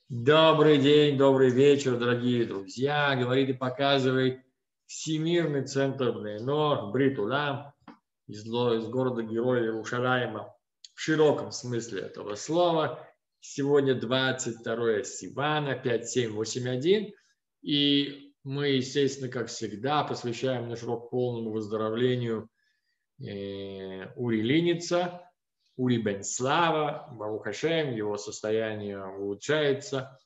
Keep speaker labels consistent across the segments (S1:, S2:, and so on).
S1: Добрый день, добрый вечер, дорогие друзья. Говорит и показывает Всемирный центр Бней-Ноор, Брит Улам, из города-героя Иерушалайма, в широком смысле этого слова. Сегодня 22 Сивана, 5781. И мы, естественно, как всегда, посвящаем наш урок полному выздоровлению Ури Линица, Ури Бен Слава, Барух Ашем, его состояние улучшается.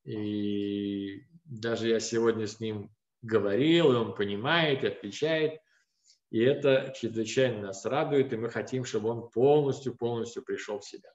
S1: И даже я сегодня с ним говорил, и он понимает, и отвечает. И это чрезвычайно нас радует, и мы хотим, чтобы он полностью пришел в себя.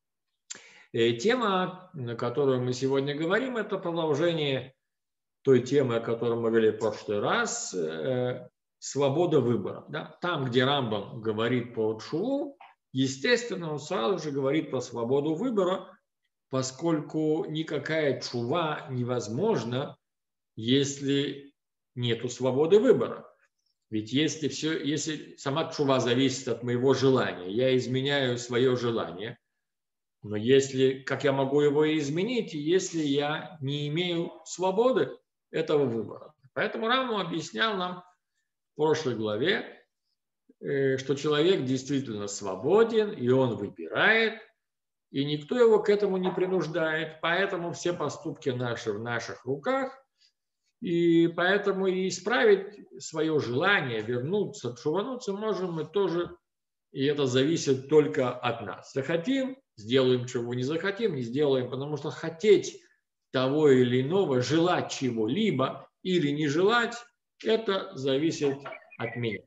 S1: И тема, на которую мы сегодня говорим, это продолжение той темы, о которой мы говорили в прошлый раз, свобода выбора. Да? Там, где Рамбам говорит про тшуву, естественно, он сразу же говорит про свободу выбора, поскольку никакая тшува невозможна, если нет свободы выбора. Ведь если сама тшува зависит от моего желания, я изменяю свое желание, но как я могу его изменить, если я не имею свободы этого выбора? Поэтому Рамбам объяснял нам в прошлой главе, что человек действительно свободен, и он выбирает, и никто его к этому не принуждает. Поэтому все поступки наши в наших руках, и поэтому и исправить свое желание, вернуться, тшувануться можем мы тоже, и это зависит только от нас. Захотим – сделаем чего, не захотим – не сделаем, потому что хотеть того или иного, желать чего-либо или не желать – это зависит от меня.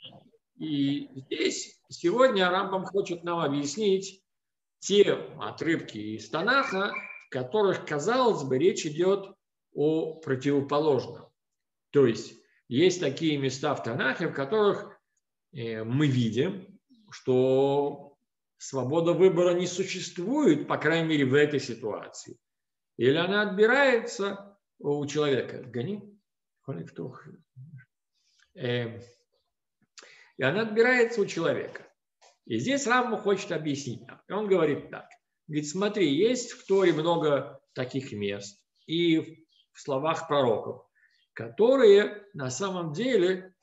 S1: И здесь сегодня Рамбам хочет нам объяснить те отрывки из Танаха, в которых, казалось бы, речь идет о противоположном. То есть такие места в Танахе, в которых мы видим, что свобода выбора не существует, по крайней мере, в этой ситуации. Или она отбирается у человека. И она отбирается у человека. И здесь Рамбам хочет объяснить нам. И он говорит так. Говорит, смотри, есть в Торе много таких мест и в словах пророков, которые на самом деле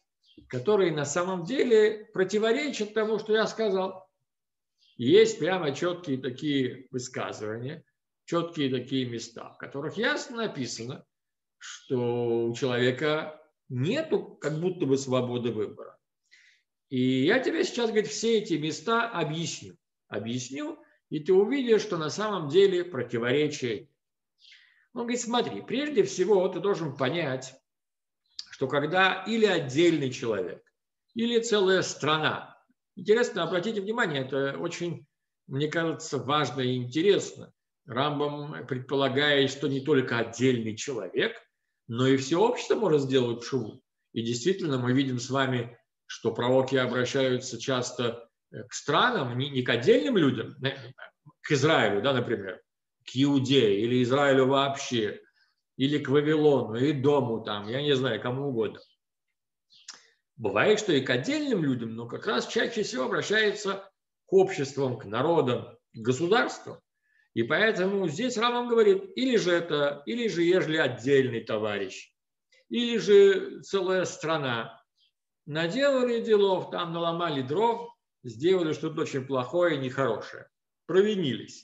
S1: противоречат тому, что я сказал. Есть прямо четкие такие высказывания, четкие такие места, в которых ясно написано, что у человека нету как будто бы свободы выбора. И я тебе сейчас, говорит, все эти места объясню, и ты увидишь, что на самом деле противоречия. Он говорит, смотри, прежде всего ты должен понять, что когда или отдельный человек, или целая страна, интересно, обратите внимание, это очень, мне кажется, важно и интересно. Рамбам предполагает, что не только отдельный человек, но и все общество может сделать тшуву. И действительно мы видим с вами, что пророки обращаются часто к странам, не к отдельным людям, к Израилю, да, например, к Иудее или Израилю вообще, или к Вавилону, и дому там, я не знаю, кому угодно. Бывает, что и к отдельным людям, но как раз чаще всего обращается к обществам, к народам, к государствам. И поэтому здесь Рамбам говорит, или же ежели отдельный товарищ, или же целая страна, наделали делов, там наломали дров, сделали что-то очень плохое и нехорошее. Провинились.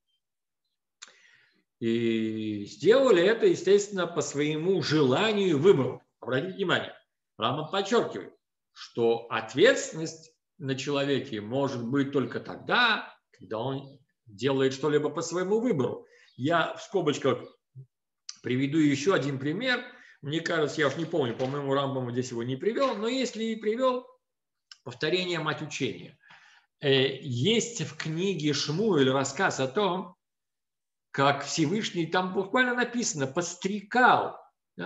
S1: И сделали это, естественно, по своему желанию и выбору. Обратите внимание, Рамбам подчеркивает, что ответственность на человеке может быть только тогда, когда он делает что-либо по своему выбору. Я в скобочках приведу еще один пример. Мне кажется, я уж не помню, по-моему, Рамбам здесь его не привел, но если и привел, повторение мать учения. Есть в книге Шмуэль рассказ о том, как Всевышний, там буквально написано, подстрекал,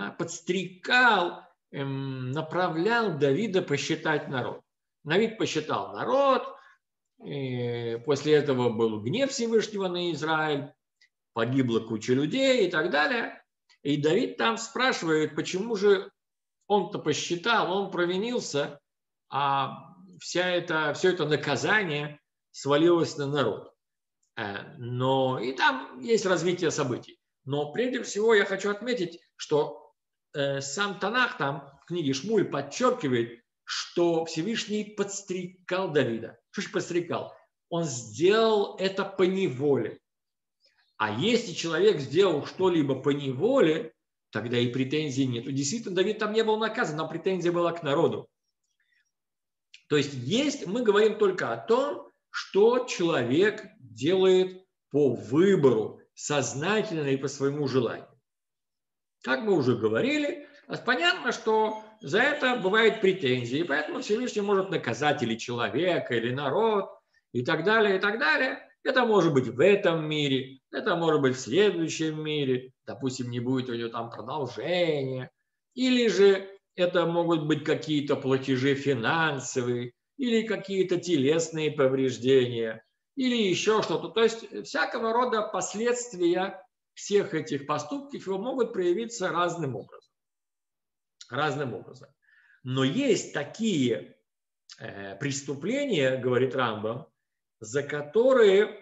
S1: направлял Давида посчитать народ. Давид посчитал народ, после этого был гнев Всевышнего на Израиль, погибла куча людей и так далее. И Давид там спрашивает, почему же он-то посчитал, он провинился, а все это наказание свалилось на народ. Но и там есть развитие событий. Но прежде всего я хочу отметить, что сам Танах там в книге Шмуль подчеркивает, что Всевышний подстрекал Давида. Что же подстрекал? Он сделал это по неволе. А если человек сделал что-либо по неволе, тогда и претензий нет. Действительно, Давид там не был наказан, но претензия была к народу. То есть мы говорим только о том, что человек делает по выбору, сознательно и по своему желанию. Как мы уже говорили, понятно, что за это бывают претензии, и поэтому Всевышний может наказать или человека, или народ, и так далее, и так далее. Это может быть в этом мире, это может быть в следующем мире, допустим, не будет у него там продолжения, или же это могут быть какие-то платежи финансовые, или какие-то телесные повреждения, или еще что-то. То есть всякого рода последствия всех этих поступков могут проявиться разным образом. Разным образом. Но есть такие преступления, говорит Рамбам, за которые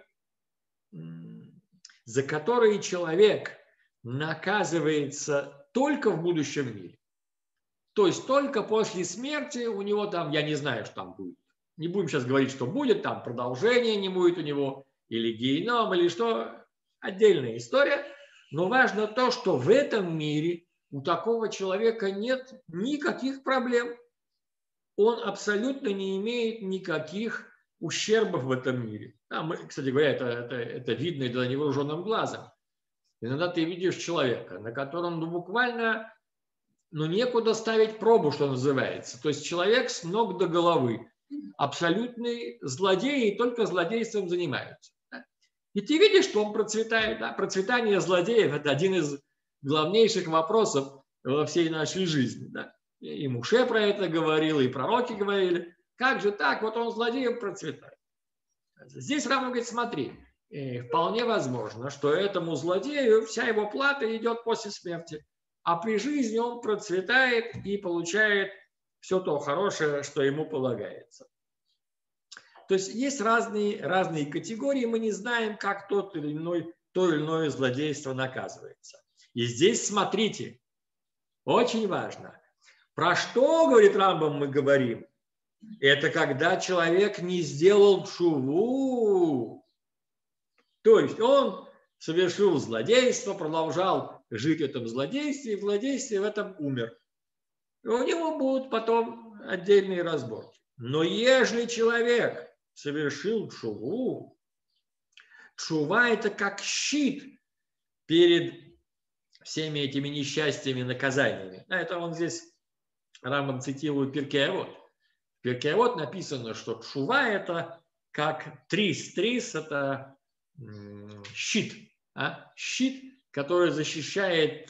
S1: человек наказывается только в будущем мире. То есть только после смерти у него там, я не знаю, что там будет. Не будем сейчас говорить, что будет, там продолжение не будет у него, или геном, или что. Отдельная история. Но важно то, что в этом мире у такого человека нет никаких проблем. Он абсолютно не имеет никаких ущербов в этом мире. Кстати говоря, это видно и до невооруженным глазом. Иногда ты видишь человека, на котором буквально некуда ставить пробу, что называется. То есть человек с ног до головы. Абсолютный злодей, и только злодейством занимаются. И ты видишь, что он процветает. Да? Процветание злодеев – это один из главнейших вопросов во всей нашей жизни. Да? И Муше про это говорил, и пророки говорили. Как же так? Вот он злодеем процветает. Здесь Рамбам говорит, смотри, вполне возможно, что этому злодею вся его плата идет после смерти. А при жизни он процветает и получает все то хорошее, что ему полагается. То есть есть разные категории, мы не знаем, как то или иное злодейство наказывается. И здесь смотрите, очень важно. Про что, говорит Рамбам, мы говорим? Это когда человек не сделал тшуву. То есть он совершил злодейство, продолжал жить в этом злодействе, и в злодействе в этом умер. И у него будут потом отдельные разборки. Но ежели человек совершил тшуву, тшува – это как щит перед всеми этими несчастьями, наказаниями. Это он здесь, Рамбам цитирует Пиркей Авот. В Пиркей Авот написано, что тшува – это как трис. Трис – это щит. Щит, который защищает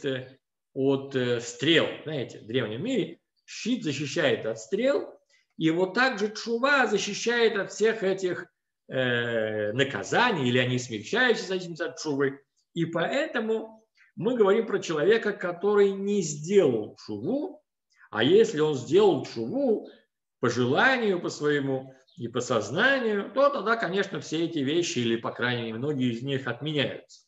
S1: от стрел. Знаете, в древнем мире щит защищает от стрел. И вот так же тшува защищает от всех этих наказаний, или они смягчаются в зависимости от тшувы. И поэтому мы говорим про человека, который не сделал тшуву, а если он сделал тшуву по желанию, по своему и по сознанию, то тогда, конечно, все эти вещи, или, по крайней мере, многие из них отменяются.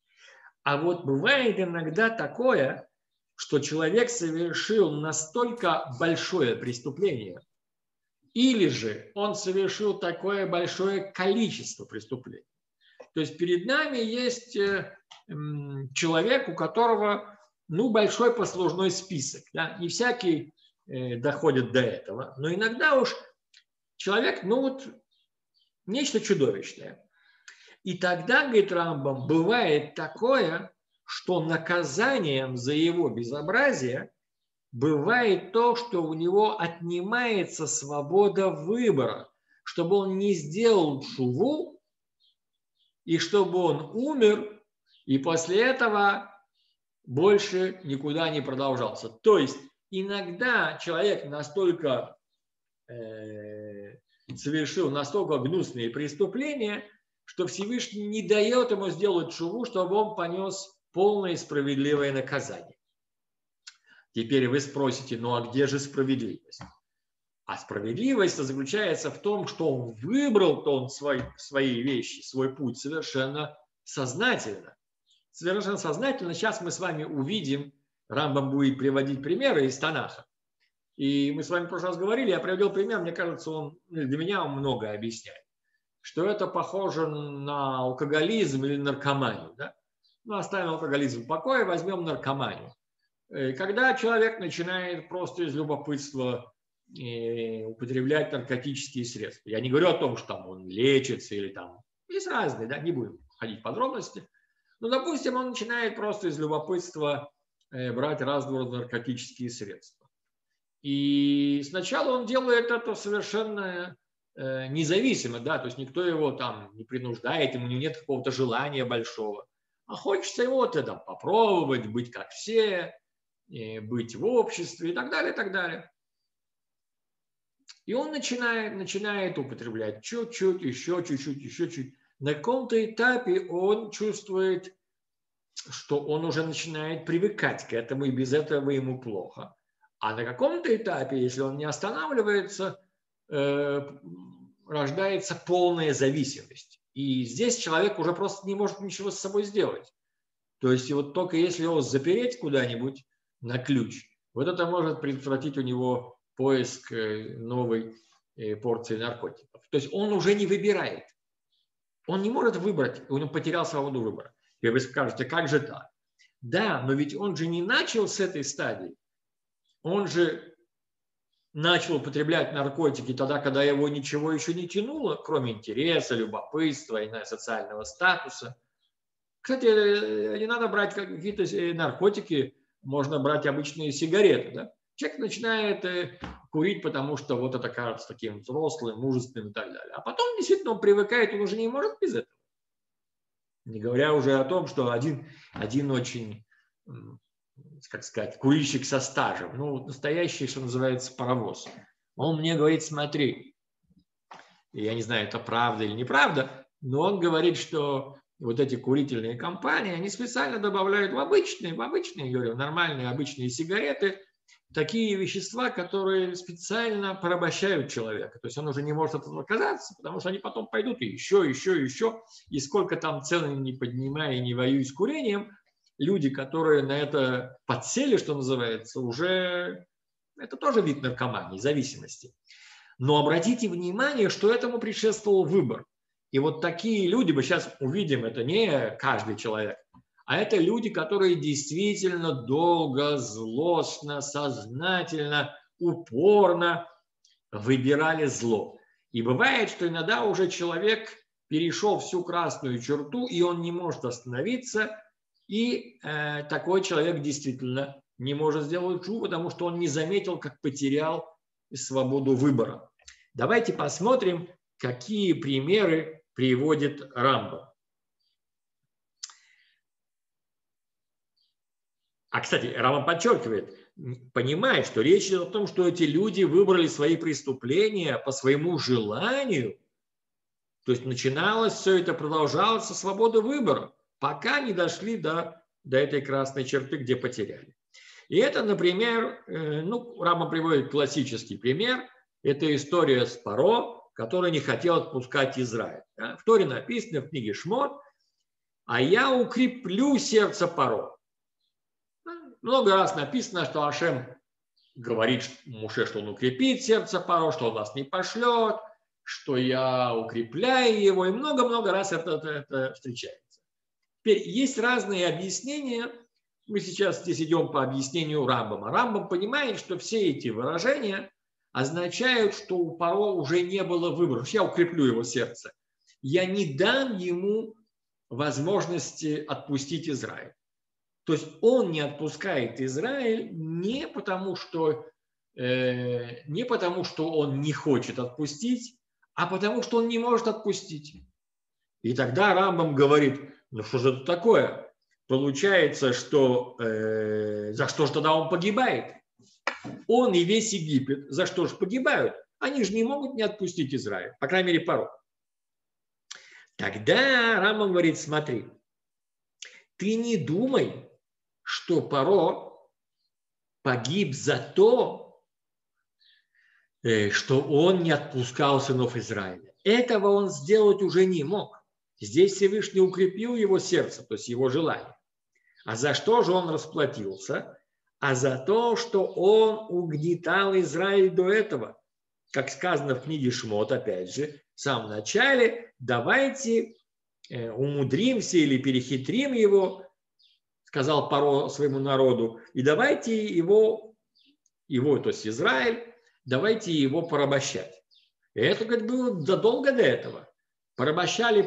S1: А вот бывает иногда такое, что человек совершил настолько большое преступление, или же он совершил такое большое количество преступлений. То есть перед нами есть человек, у которого большой послужной список. Да? Не всякий доходит до этого, но иногда уж человек, нечто чудовищное. И тогда, говорит Рамбам, бывает такое, что наказанием за его безобразие бывает то, что у него отнимается свобода выбора, чтобы он не сделал тшуву, и чтобы он умер, и после этого больше никуда не продолжался. То есть иногда человек настолько совершил настолько гнусные преступления, что Всевышний не дает ему сделать тшуву, чтобы он понес полное и справедливое наказание. Теперь вы спросите, а где же справедливость? А справедливость заключается в том, что он выбрал свои вещи, свой путь совершенно сознательно. совершенно сознательно. Сейчас мы с вами увидим, Рамбам будет приводить примеры из Танаха. И мы с вами в прошлый раз говорили, я приводил пример, мне кажется, для меня он многое объясняет. Что это похоже на алкоголизм или наркоманию. Да? Ну, оставим алкоголизм в покое, возьмем наркоманию. Когда человек начинает просто из любопытства употреблять наркотические средства. Я не говорю о том, что там он лечится или там... Есть разные, да, не будем ходить в подробности. Но, допустим, он начинает просто из любопытства брать разного рода наркотические средства. И сначала он делает это совершенно независимо, да, то есть никто его там не принуждает, ему нет какого-то желания большого. А хочется его тогда попробовать, быть как все, быть в обществе и так далее, и так далее. И он начинает употреблять чуть-чуть, еще чуть-чуть, еще чуть. На каком-то этапе он чувствует, что он уже начинает привыкать к этому, и без этого ему плохо. А на каком-то этапе, если он не останавливается, рождается полная зависимость. И здесь человек уже просто не может ничего с собой сделать. То есть вот только если его запереть куда-нибудь на ключ, вот это может предотвратить у него поиск новой порции наркотиков. То есть он уже не выбирает. Он не может выбрать, он потерял свободу выбора. И вы скажете, как же так? Да, но ведь он же не начал с этой стадии. Он же начал употреблять наркотики тогда, когда его ничего еще не тянуло, кроме интереса, любопытства и социального статуса. Кстати, не надо брать какие-то наркотики, можно брать обычные сигареты. Да? Человек начинает курить, потому что вот это кажется таким взрослым, мужественным и так далее. А потом действительно он привыкает, он уже не может без этого. Не говоря уже о том, что один очень, как сказать, курильщик со стажем, ну, настоящий, что называется, паровоз. Он мне говорит, смотри, я не знаю, это правда или неправда, но он говорит, что вот эти курительные компании, они специально добавляют в обычные, говорю, нормальные обычные сигареты, такие вещества, которые специально порабощают человека. То есть он уже не может от этого отказаться, потому что они потом пойдут и еще. И сколько там цены не поднимая и не воюя с курением, люди, которые на это подсели, что называется, уже это тоже вид наркомании, зависимости. Но обратите внимание, что этому предшествовал выбор. И вот такие люди, мы сейчас увидим, это не каждый человек, а это люди, которые действительно долго, злостно, сознательно, упорно выбирали зло. И бывает, что иногда уже человек перешел всю красную черту, и он не может остановиться, и такой человек действительно не может сделать чу, потому что он не заметил, как потерял свободу выбора. Давайте посмотрим, какие примеры приводит Рамбам. А, кстати, Рамбам подчеркивает, понимает, что речь идет о том, что эти люди выбрали свои преступления по своему желанию. То есть начиналось все это, продолжалось со свободы выбора, пока не дошли до этой красной черты, где потеряли. И это, например, Рамбам приводит классический пример. Это история с Паро, который не хотел отпускать Израиль. В Торе написано в книге Шмот: «А я укреплю сердце Паро». Много раз написано, что Ашем говорит Моше, что он укрепит сердце Паро, что он нас не пошлет, что я укрепляю его, и много-много раз это встречается. Теперь есть разные объяснения. Мы сейчас здесь идем по объяснению Рамбама. Рамбам понимает, что все эти выражения означают, что у Паро уже не было выбора. Я укреплю его сердце. Я не дам ему возможности отпустить Израиль. То есть он не отпускает Израиль не потому, что он не хочет отпустить, а потому, что он не может отпустить. И тогда Рамбам говорит, ну что же это такое? Получается, что за что же тогда он погибает? Он и весь Египет за что же погибают? Они же не могут не отпустить Израиль, по крайней мере, Паро. Тогда Рамбам говорит, смотри, ты не думай, что Паро погиб за то, что он не отпускал сынов Израиля. Этого он сделать уже не мог. Здесь Всевышний укрепил его сердце, то есть его желание. А за что же он расплатился? А за то, что он угнетал Израиль до этого. Как сказано в книге Шмот, опять же, в самом начале, давайте умудримся или перехитрим его, сказал Паро своему народу, и давайте его, то есть Израиль, давайте его порабощать. И это, говорит, было задолго до этого. Порабощали.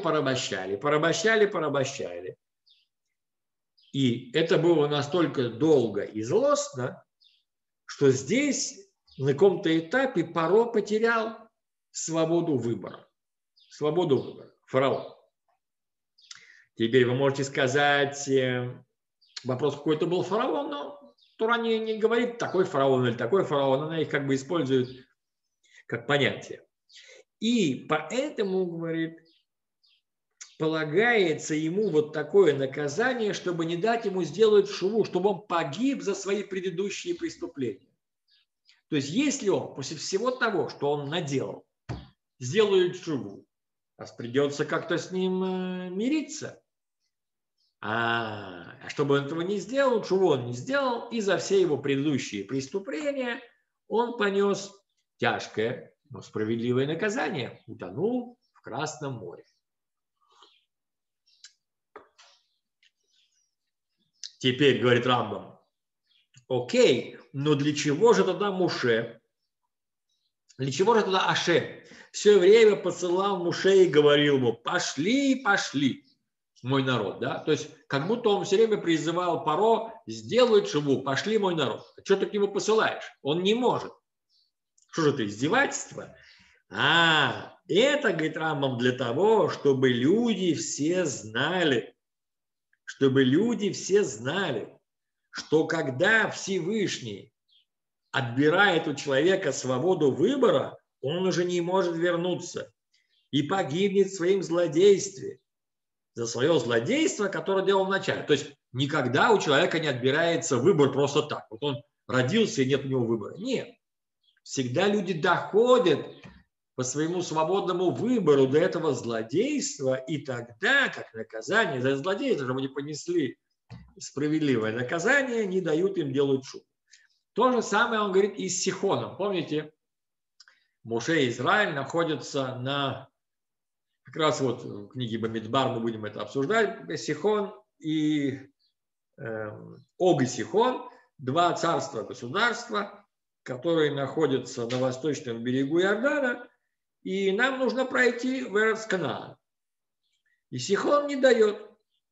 S1: И это было настолько долго и злостно, что здесь на каком-то этапе Паро потерял свободу выбора. Фараон. Теперь вы можете сказать, вопрос какой-то был фараон, но Тора не говорит такой фараон или такой фараон, она их как бы использует как понятие. И поэтому, говорит, полагается ему вот такое наказание, чтобы не дать ему сделать шуву, чтобы он погиб за свои предыдущие преступления. То есть если он после всего того, что он наделал, сделает шуву, придется как-то с ним мириться. А чтобы он этого не сделал, шуву он не сделал, и за все его предыдущие преступления он понес тяжкое, но справедливое наказание, утонул в Красном море. Теперь, говорит Рамбам, окей, но для чего же тогда Моше, для чего же тогда Ашем все время посылал Моше и говорил ему, пошли, мой народ, да? То есть, как будто он все время призывал Паро, сделай шуву, пошли, мой народ. А что ты к нему посылаешь? Он не может. Что же это, издевательство? Это, говорит Рамбам, для того, чтобы люди все знали, что когда Всевышний отбирает у человека свободу выбора, он уже не может вернуться и погибнет в своем злодействе за свое злодейство, которое делал вначале. То есть никогда у человека не отбирается выбор просто так. Вот он родился и нет у него выбора. Нет. Всегда люди доходят по своему свободному выбору до этого злодейства, и тогда, как наказание за злодейство, чтобы они понесли справедливое наказание, не дают им делать шум. То же самое он говорит и с Сихоном. Помните, Моше и Израиль находятся на... Как раз вот в книге Бамидбар мы будем это обсуждать. Сихон и Ог и Сихон, два царства-государства, которые находятся на восточном берегу Иордана, и нам нужно пройти в Эрец Канаан. И Сихон не дает.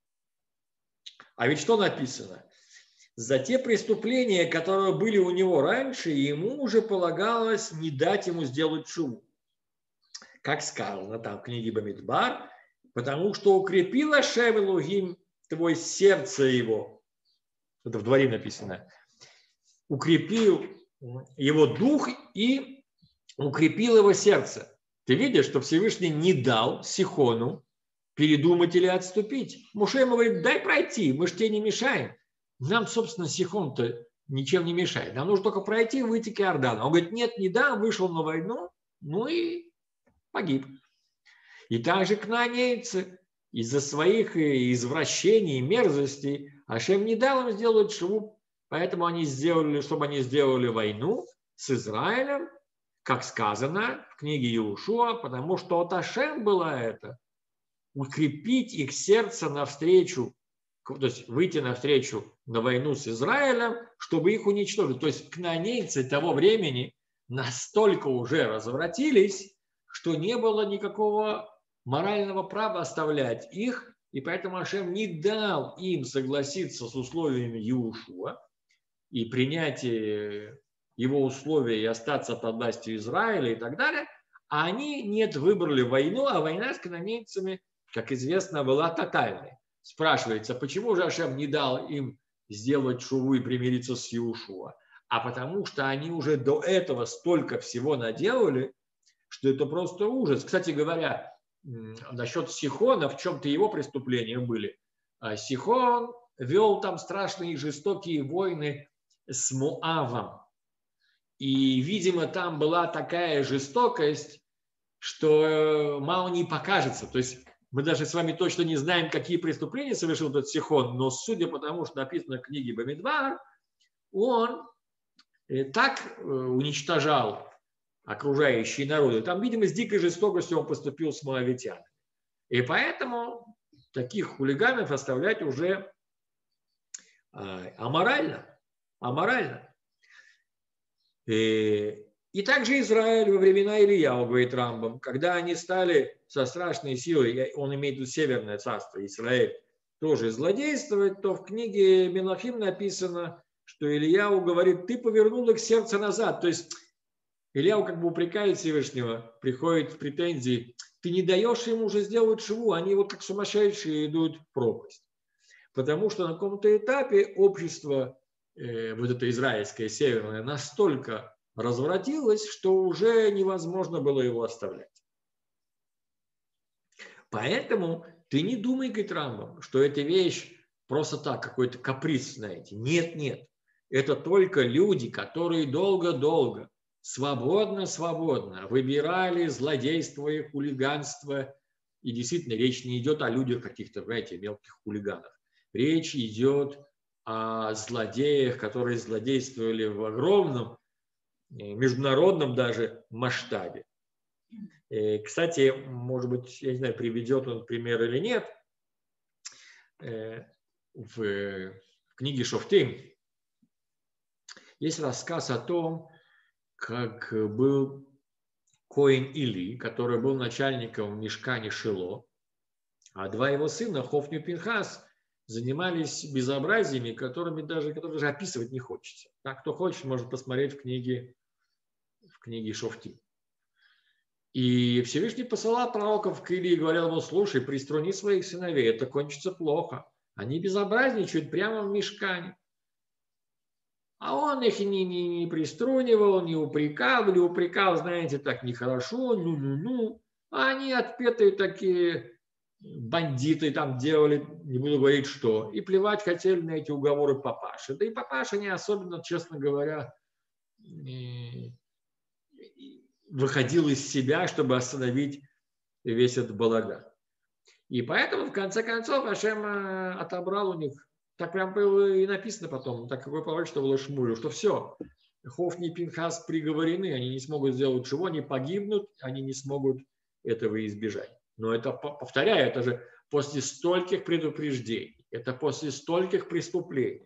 S1: А ведь что написано? За те преступления, которые были у него раньше, ему уже полагалось не дать ему сделать шуву. Как сказано там в книге Бамидбар, потому что укрепил Ашем Элохим твой сердце его. Это в Дворе написано. Укрепил его дух и укрепил его сердце. Ты видишь, что Всевышний не дал Сихону передумать или отступить. Моше ему говорит, дай пройти, мы же тебе не мешаем. Нам, собственно, Сихон-то ничем не мешает. Нам нужно только пройти, выйти к Иордану. Он говорит, нет, не дам, вышел на войну, ну и погиб. И также кнаанейцы из-за своих извращений и мерзостей Ашем не дал им сделать шву, поэтому они сделали, чтобы они сделали войну с Израилем, как сказано в книге Иешуа, потому что от Ашем было это укрепить их сердце навстречу, то есть выйти навстречу на войну с Израилем, чтобы их уничтожить. То есть кнаанейцы того времени настолько уже развратились, что не было никакого морального права оставлять их, и поэтому Ашем не дал им согласиться с условиями Иешуа и принять его условия и остаться под властью Израиля и так далее, а они выбрали войну, а война с кнаанейцами, как известно, была тотальной. Спрашивается, почему же Ашем не дал им сделать шуву и примириться с Иешуа? А потому что они уже до этого столько всего наделали, что это просто ужас. Кстати говоря, насчет Сихона, в чем-то его преступления были. Сихон вел там страшные жестокие войны с Моавом. И, видимо, там была такая жестокость, что мало не покажется. То есть Мы даже с вами точно не знаем, какие преступления совершил этот Сихон, но судя по тому, что написано в книге Бамидбар, он так уничтожал окружающие народы. Там, видимо, с дикой жестокостью он поступил с моавитянами. И поэтому таких хулиганов оставлять уже аморально. Аморально. И также Израиль во времена Илияу, говорит Рамбам, когда они стали со страшной силой, он имеет в виду Северное царство, Израиль, тоже злодействовать, то в книге Мелахим написано, что Илияу говорит, ты повернул их сердце назад. То есть Илияу как бы упрекает Всевышнего, приходит в претензии, ты не даешь им уже сделать шву, они вот как сумасшедшие идут в пропасть. Потому что на каком-то этапе общество, вот это израильское, северное, настолько развратилось, что уже невозможно было его оставлять. Поэтому ты не думай, говорит Рамбам, что эта вещь просто так, какой-то каприз, знаете. Нет, нет. Это только люди, которые долго-долго, свободно выбирали злодейство и хулиганство. И действительно, речь не идет о людях каких-то, знаете, мелких хулиганов. Речь идет о злодеях, которые злодействовали в огромном, международном даже масштабе. Кстати, может быть, я не знаю, приведет он пример или нет, в книге Шофтим есть рассказ о том, как был Коэн Или, который был начальником мишкане Шило, а два его сына, Хофни и Пинхас, занимались безобразиями, которые даже описывать не хочется. Так, кто хочет, может посмотреть в книге Шофтим. И Всевышний посылал пророков к Илии и говорил ему, слушай, приструни своих сыновей, это кончится плохо. Они безобразничают прямо в мишкане. А он их не приструнивал, не упрекал, знаете, так нехорошо, А они отпетые такие бандиты там делали, не буду говорить что. И плевать хотели на эти уговоры папаши. Да и папаша не особенно, честно говоря, выходил из себя, чтобы остановить весь этот балаган. И поэтому, в конце концов, Ашем отобрал у них, так прям было и написано потом, так какое пророчество было Шмулю, что все, Хофни и Пинхас приговорены, они не смогут сделать чего, они погибнут, они не смогут этого избежать. Но это, повторяю, это же после стольких предупреждений, это после стольких преступлений.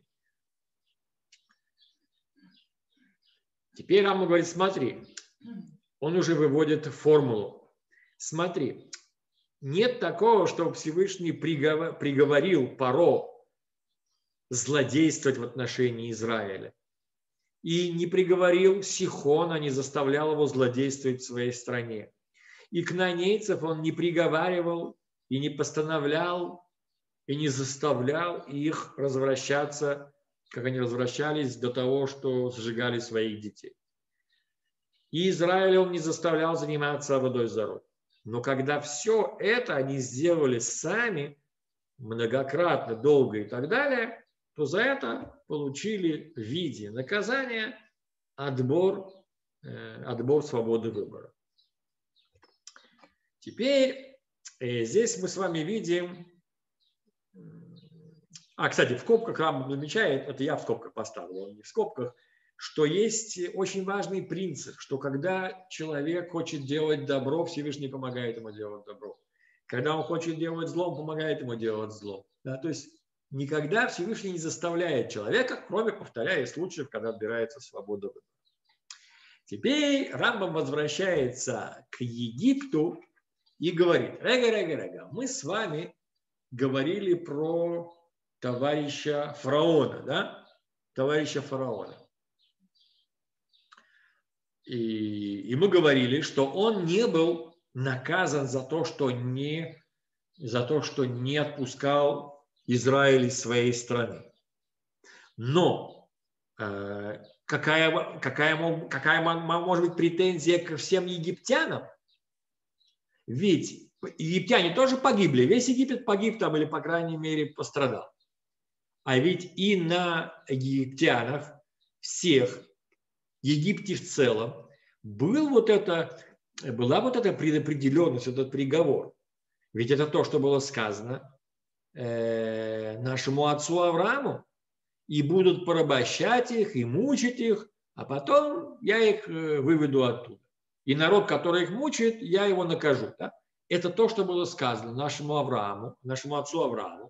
S1: Теперь Рамбам говорит, смотри, он уже выводит формулу. Смотри, нет такого, чтобы Всевышний приговорил Паро злодействовать в отношении Израиля. И не приговорил Сихона, не заставлял его злодействовать в своей стране. И кнаанейцев он не приговаривал, и не постановлял, и не заставлял их развращаться, как они развращались до того, что сжигали своих детей. И Израиля он не заставлял заниматься водой зарой. Но когда все это они сделали сами, многократно, долго и так далее, то за это получили в виде наказания отбор свободы выбора. Теперь здесь мы с вами видим... кстати, в скобках Рамбам замечает, это я в скобках поставил, он не в скобках, что есть очень важный принцип, что когда человек хочет делать добро, Всевышний помогает ему делать добро. Когда он хочет делать зло, он помогает ему делать зло. Да, то есть никогда Всевышний не заставляет человека, кроме, повторяю, случаев, когда отбирается свобода выбора. Теперь Рамбам возвращается к Египту и говорит, рега, мы с вами говорили про товарища фараона, да? Товарища фараона. И мы говорили, что он не был наказан за то, что не отпускал Израиль из своей страны. Но какая может быть претензия ко всем египтянам? Ведь египтяне тоже погибли. Весь Египет погиб там или, по крайней мере, пострадал. А ведь и на египтянах всех, Египте в целом, была вот эта предопределенность, этот приговор. Ведь это то, что было сказано нашему отцу Аврааму. И будут порабощать их, и мучить их, а потом я их выведу оттуда. И народ, который их мучает, я его накажу. Да? Это то, что было сказано нашему Аврааму, нашему отцу Аврааму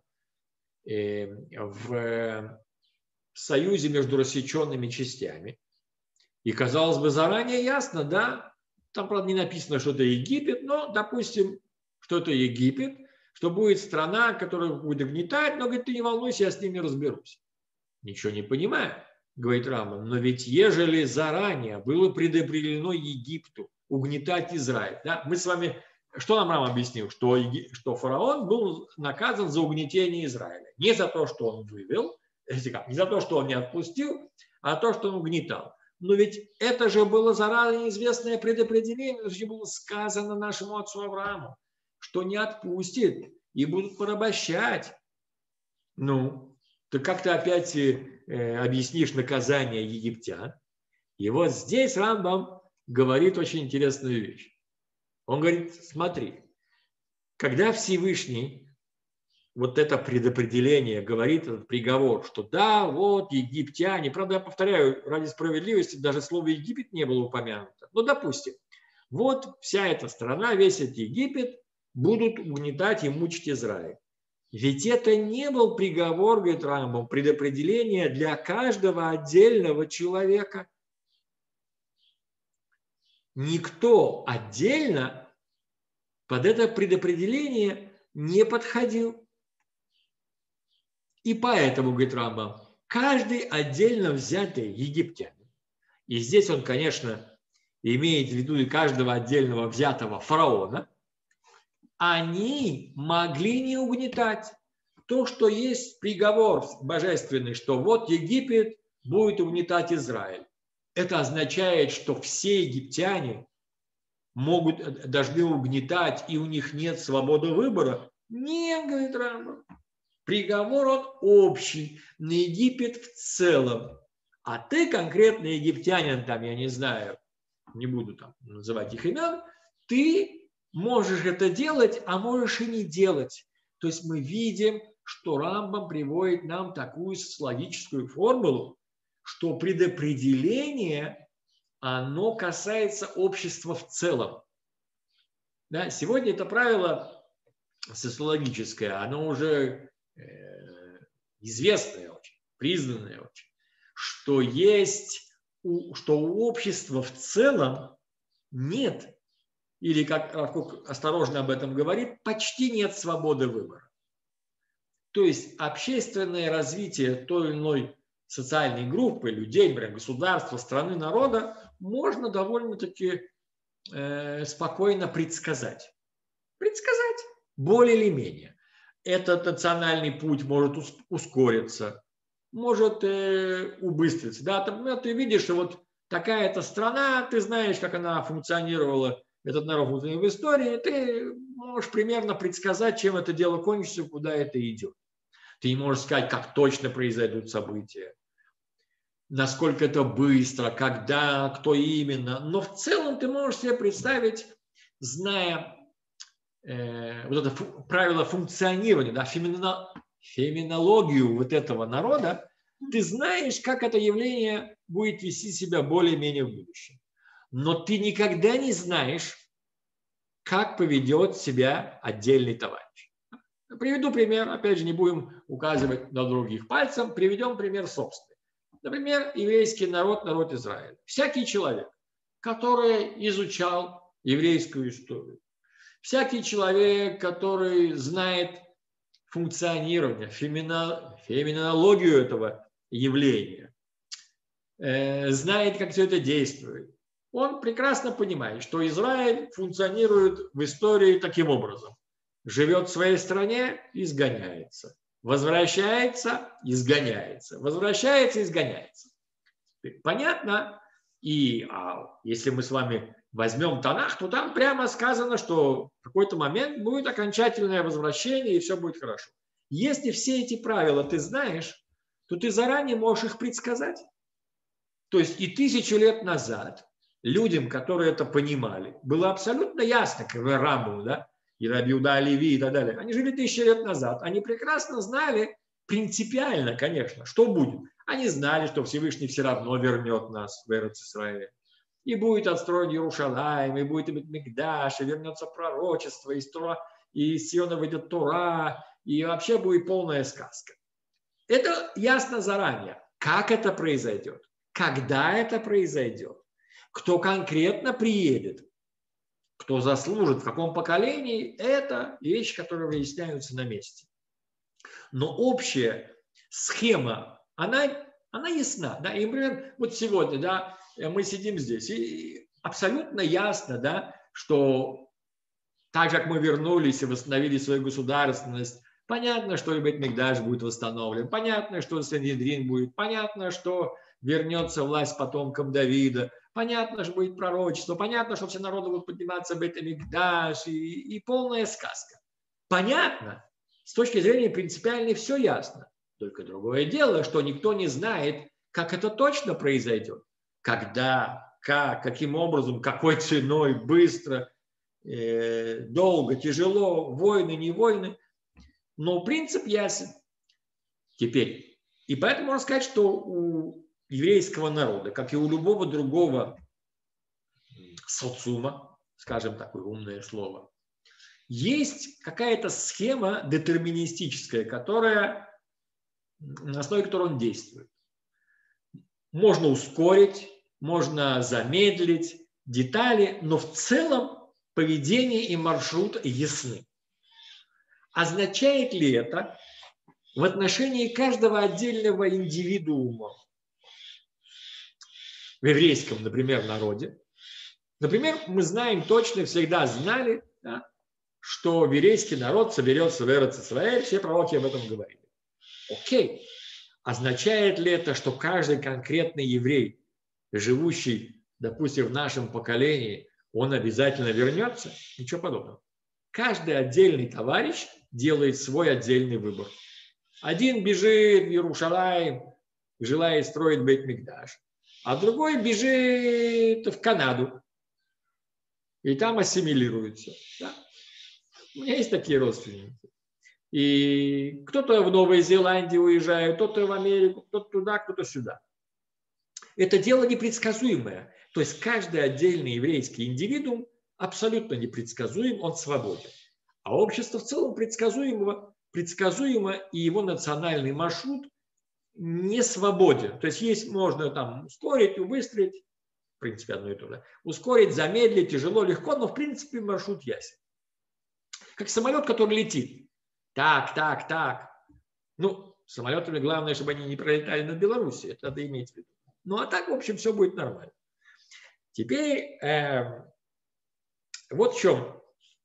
S1: в союзе между рассеченными частями. И, казалось бы, заранее ясно, да, там, правда, не написано, что это Египет, но, допустим, что это Египет, что будет страна, которая будет гнетать, но, говорит, ты не волнуйся, я с ними разберусь. Ничего не понимаю, говорит Рамбам, но ведь ежели заранее было предопределено Египту угнетать Израиль, да, мы с вами, что нам Рамбам объяснил, что фараон был наказан за угнетение Израиля, не за то, что он вывел, не за то, что он не отпустил, а то, что он угнетал. Но ведь это же было заранее известное предопределение, это же было сказано нашему отцу Аврааму, что не отпустит и будут порабощать. Ну, то как ты опять объяснишь наказание египтян? И вот здесь Рамбам говорит очень интересную вещь. Он говорит, смотри, когда Всевышний вот это предопределение говорит, этот приговор, что да, вот египтяне, правда, я повторяю, ради справедливости, даже слово Египет не было упомянуто. Ну, допустим, вот вся эта страна, весь этот Египет будут угнетать и мучить Израиль. Ведь это не был приговор, говорит Рамбам, предопределение для каждого отдельного человека. Никто отдельно под это предопределение не подходил. И поэтому, говорит Рамбам, каждый отдельно взятый египтянин, и здесь он, конечно, имеет в виду и каждого отдельного взятого фараона, они могли не угнетать. То, что есть приговор божественный, что вот Египет будет угнетать Израиль. Это означает, что все египтяне должны угнетать, и у них нет свободы выбора. Нет, говорит Рамбам. Приговор он общий, на Египет в целом. А ты конкретно египтянин, там, я не знаю, не буду там называть их имен, ты можешь это делать, а можешь и не делать. То есть мы видим, что Рамбам приводит нам такую социологическую формулу, что предопределение, оно касается общества в целом. Да, сегодня это правило социологическое, оно уже известное очень, признанное очень, что что у общества в целом нет, или, как Равкук осторожно об этом говорит, почти нет свободы выбора. То есть общественное развитие той или иной социальной группы, людей, например, государства, страны, народа, можно довольно-таки спокойно предсказать. Предсказать, более или менее. Этот национальный путь может ускориться, может убыстриться. Да? Например, ты видишь, что вот такая-то страна, ты знаешь, как она функционировала, этот народ в истории, ты можешь примерно предсказать, чем это дело кончится, куда это идет. Ты не можешь сказать, как точно произойдут события, насколько это быстро, когда, кто именно. Но в целом ты можешь себе представить, зная вот это правило функционирования, да, феноменологию вот этого народа, ты знаешь, как это явление будет вести себя более-менее в будущем. Но ты никогда не знаешь, как поведет себя отдельный товарищ. Приведу пример, опять же, не будем указывать на других пальцем, приведем пример собственный. Например, еврейский народ, народ Израиля. Всякий человек, который изучал еврейскую историю, всякий человек, который знает функционирование, феноменологию этого явления, знает, как все это действует, он прекрасно понимает, что Израиль функционирует в истории таким образом. Живет в своей стране, изгоняется. Возвращается, изгоняется. Возвращается, изгоняется. Понятно? И если мы с вами возьмем Танах, то там прямо сказано, что в какой-то момент будет окончательное возвращение, и все будет хорошо. Если все эти правила ты знаешь, то ты заранее можешь их предсказать. То есть и 1000 лет назад людям, которые это понимали, было абсолютно ясно, как Рамбаму, да, и Раби Иуда Леви и так далее, они жили 1000 лет назад, они прекрасно знали, принципиально, конечно, что будет. Они знали, что Всевышний все равно вернет нас в Эрец-Исраэль. И будет отстроен Иерушалаим, и будет Бейт-Микдаш, и вернется пророчество, и из Сиона выйдет Тора, и вообще будет полная сказка. Это ясно заранее. Как это произойдет? Когда это произойдет? Кто конкретно приедет? Кто заслужит? В каком поколении? Это вещи, которые выясняются на месте. Но общая схема, она ясна. Да? И, например, вот сегодня, да, мы сидим здесь, и абсолютно ясно, да, что так же, как мы вернулись и восстановили свою государственность, понятно, что Бейт-Микдаш будет восстановлен, понятно, что Синедрин будет, понятно, что вернется власть потомкам Давида, понятно, что будет пророчество, понятно, что все народы будут подниматься в Бейт-Микдаш, и полная сказка. Понятно. С точки зрения принципиальной все ясно. Только другое дело, что никто не знает, как это точно произойдет. Когда, как, каким образом, какой ценой, быстро, долго, тяжело, войны, не войны. Но принцип ясен. Теперь. И поэтому можно сказать, что у еврейского народа, как и у любого другого социума, скажем такое умное слово, есть какая-то схема детерминистическая, на основе которой он действует. Можно ускорить, можно замедлить детали, но в целом поведение и маршрут ясны. Означает ли это в отношении каждого отдельного индивидуума в еврейском, например, народе? Например, мы знаем точно, всегда знали, да, что еврейский народ соберется в Эрец-Исраэль, все пророки об этом говорили. Окей. Означает ли это, что каждый конкретный еврей, живущий, допустим, в нашем поколении, он обязательно вернется? Ничего подобного. Каждый отдельный товарищ делает свой отдельный выбор. Один бежит в Иерушалаим, желает строить Бейт-Микдаш, а другой бежит в Канаду и там ассимилируется. Да? У меня есть такие родственники. И кто-то в Новой Зеландии уезжает, кто-то в Америку, кто-то туда, кто-то сюда. Это дело непредсказуемое. То есть каждый отдельный еврейский индивидуум абсолютно непредсказуем, он свободен. А общество в целом предсказуемо, и его национальный маршрут не свободен. То есть можно там ускорить, убыстрить, в принципе одно и то же. Ускорить, замедлить, тяжело, легко, но в принципе маршрут ясен. Как самолет, который летит. Так. Ну, самолетами главное, чтобы они не пролетали над Белоруссией. Это надо иметь в виду. Ну, а так, в общем, все будет нормально. Теперь вот в чем.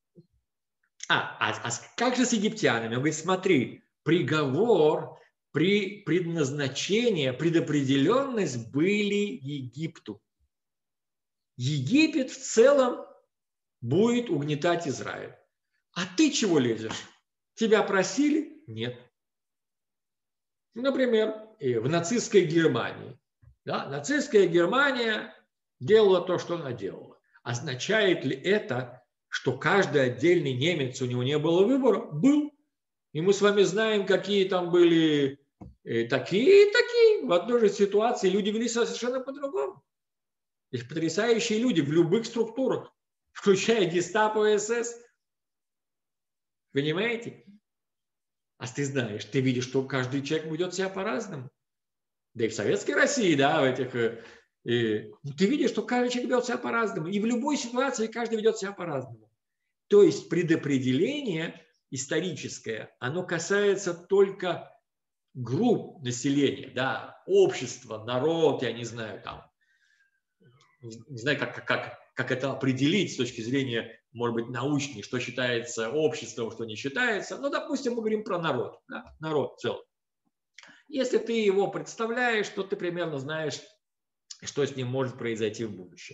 S1: Как же с египтянами? Он говорит, смотри, приговор, предназначение, предопределенность были Египту. Египет в целом будет угнетать Израиль. А ты чего лезешь? Тебя просили? Нет. Например, в нацистской Германии. Да, нацистская Германия делала то, что она делала. Означает ли это, что каждый отдельный немец, у него не было выбора? Был. И мы с вами знаем, какие там были такие и такие. В одной же ситуации люди вели себя совершенно по-другому. Есть потрясающие люди в любых структурах, включая гестапо и СС. Понимаете? А ты знаешь, ты видишь, что каждый человек ведет себя по-разному. Да и в советской России, да, ты видишь, что каждый человек ведет себя по-разному. И в любой ситуации каждый ведет себя по-разному. То есть предопределение историческое, оно касается только групп населения, да, общества, народ, я не знаю, там, не знаю, как это определить с точки зрения, может быть, научной, что считается обществом, что не считается. Ну, допустим, мы говорим про народ, да? Народ в целом. Если ты его представляешь, то ты примерно знаешь, что с ним может произойти в будущем.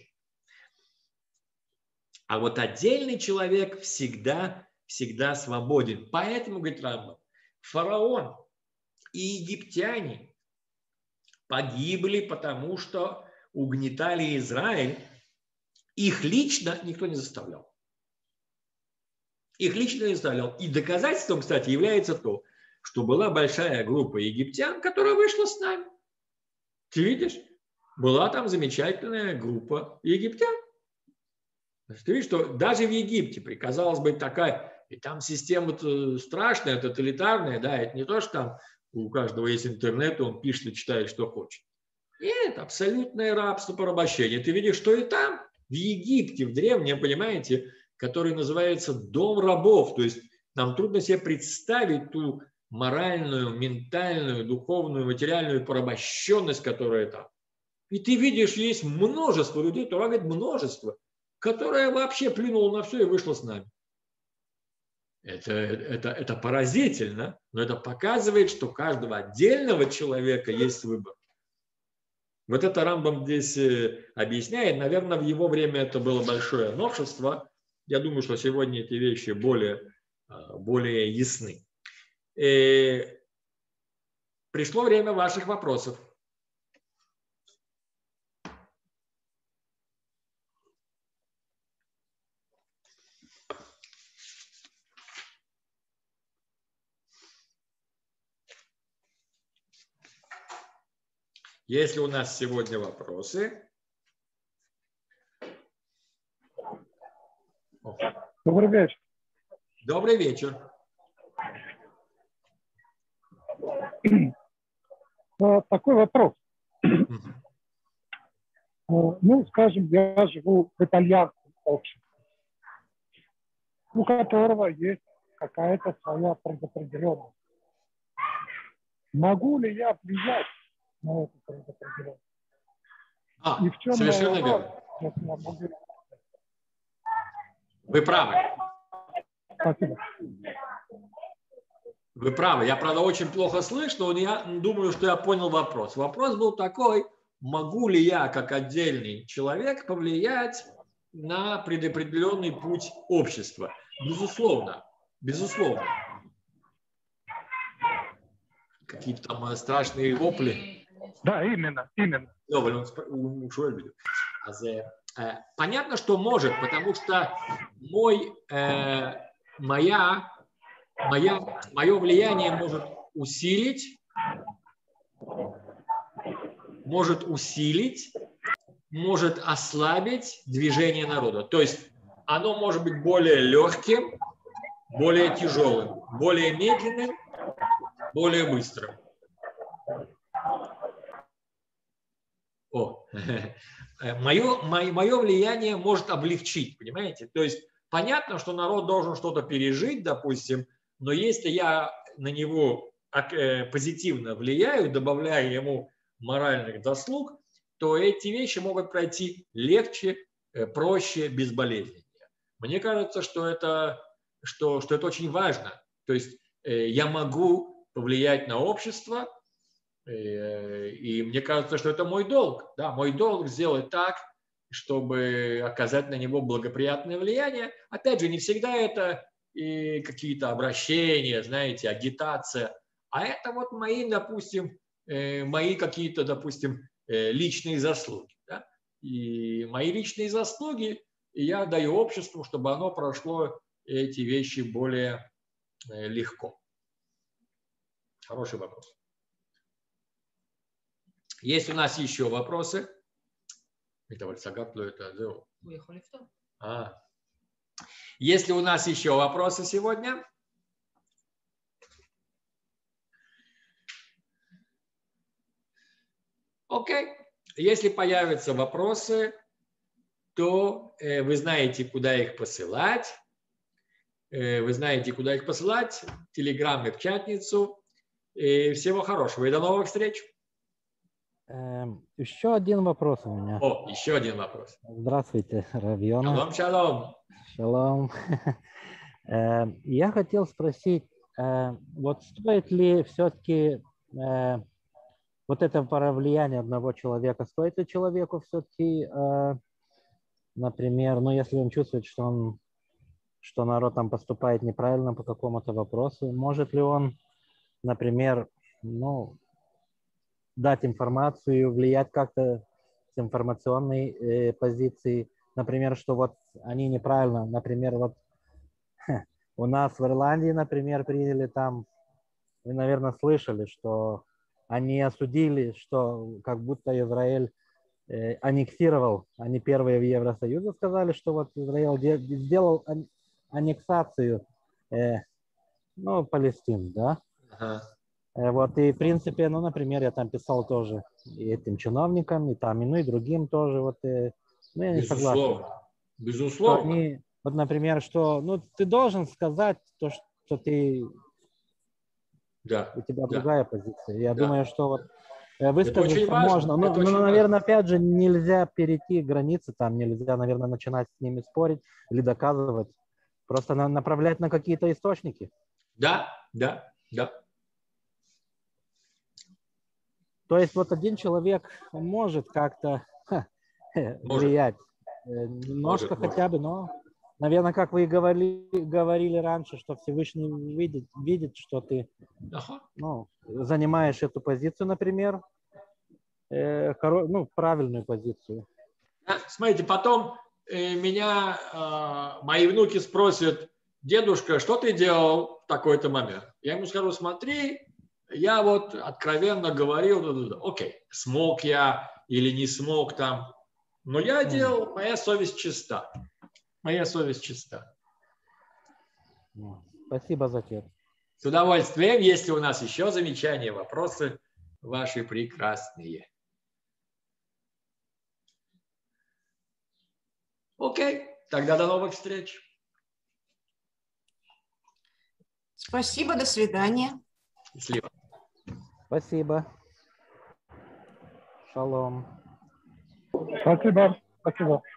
S1: А вот отдельный человек всегда свободен. Поэтому, говорит Рамбам, фараон и египтяне погибли, потому что угнетали Израиль. Их лично никто не заставлял. Их лично instaлял. И доказательством, кстати, является то, что была большая группа египтян, которая вышла с нами. Ты видишь? Была там замечательная группа египтян. Ты видишь, что даже в Египте, казалось бы, такая, и там система страшная, тоталитарная, да, это не то, что там у каждого есть интернет, и он пишет и читает, что хочет. Нет, абсолютное рабство, порабощение. Ты видишь, что и там, в Египте, в древнем, понимаете, который называется дом рабов. То есть нам трудно себе представить ту моральную, ментальную, духовную, материальную порабощенность, которая там. И ты видишь, есть множество людей, Тора говорит множество, которое вообще плюнуло на все и вышло с нами. Это поразительно, но это показывает, что у каждого отдельного человека есть выбор. Вот это Рамбам здесь объясняет. Наверное, в его время это было большое новшество. Я думаю, что сегодня эти вещи более ясны. Пришло время ваших вопросов. Если у нас сегодня вопросы.
S2: Добрый вечер.
S1: Добрый вечер.
S2: Такой вопрос. Ну, скажем, я живу в итальянском обществе, у которого есть какая-то своя предопределенность. Могу ли я влиять на эту предопределенность? И в чем
S1: совершенно верно.
S2: если я могу...
S1: Вы правы.
S2: Спасибо.
S1: Вы правы. Я, правда, очень плохо слышно, но я думаю, что я понял вопрос. Вопрос был такой, могу ли я, как отдельный человек, повлиять на предопределенный путь общества? Безусловно. Безусловно. Какие-то там страшные вопли.
S2: Да, именно.
S1: Понятно, что может, потому что мое влияние может ослабить движение народа. То есть оно может быть более легким, более тяжелым, более медленным, более быстрым. Мое влияние может облегчить, понимаете? То есть понятно, что народ должен что-то пережить, допустим, но если я на него позитивно влияю, добавляя ему моральных заслуг, то эти вещи могут пройти легче, проще, безболезненнее. Мне кажется, что это очень важно. То есть я могу повлиять на общество, и мне кажется, что это мой долг. Да, мой долг сделать так, чтобы оказать на него благоприятное влияние. Опять же, не всегда это и какие-то обращения, знаете, агитация. А это вот мои какие-то, допустим, личные заслуги. Да? И мои личные заслуги я даю обществу, чтобы оно прошло эти вещи более легко. Хороший вопрос. Есть у нас еще вопросы? Есть ли у нас еще вопросы сегодня? Окей. Если появятся вопросы, то вы знаете, куда их посылать. В Телеграм и в Чатницу. И всего хорошего и до новых встреч.
S3: Еще один вопрос у меня.
S1: Еще один вопрос.
S3: Здравствуйте, Рав Йона.
S1: Шалом.
S3: Шалом. Я хотел спросить, вот стоит ли все-таки вот это влияние одного человека, стоит ли человеку все-таки, например, если он чувствует, что народ там поступает неправильно по какому-то вопросу, может ли он, например, дать информацию, влиять как-то с информационной позиции, например, что вот они неправильно, например, вот У нас в Ирландии, например, приняли там, вы, наверное, слышали, что они осудили, что как будто Израиль аннексировал, они первые в Евросоюзе сказали, что вот Израиль сделал аннексацию, ну, Палестины, да.
S1: Ага.
S3: Вот, и, в принципе, ну, например, я там писал тоже и этим чиновникам, и там, и, ну, и другим тоже, вот, ну, я не согласен.
S1: Безусловно.
S3: Что
S1: Безусловно.
S3: они, вот, например, что, ну, ты должен сказать то, что ты,
S1: Да.
S3: у тебя
S1: Да.
S3: другая позиция. Я
S1: Да.
S3: думаю, что вот
S1: Это
S3: высказаться
S1: очень важно.
S3: можно, но,
S1: Это очень
S3: наверное,
S1: важно.
S3: опять же, нельзя перейти границы, там нельзя, наверное, начинать с ними спорить или доказывать, просто направлять на какие-то источники.
S1: Да, да, да.
S3: То есть вот один человек может как-то влиять, немножко
S1: Может.
S3: хотя бы, но, наверное, как вы и говорили раньше, что Всевышний видит, что ты,
S1: Ага.
S3: ну, занимаешь эту позицию, например, ну, правильную позицию.
S1: Смотрите, потом меня мои внуки спросят: дедушка, что ты делал в такой-то момент? Я ему скажу: смотри, я вот откровенно говорил, окей, смог я или не смог там, но я делал, моя совесть чиста. Моя совесть чиста.
S3: Спасибо за ответ.
S1: С удовольствием. Если у нас еще замечания, вопросы ваши прекрасные. Окей, тогда до новых встреч.
S4: Спасибо, до свидания.
S1: Счастливо.
S3: Спасибо. Шалом.
S2: Спасибо. Спасибо.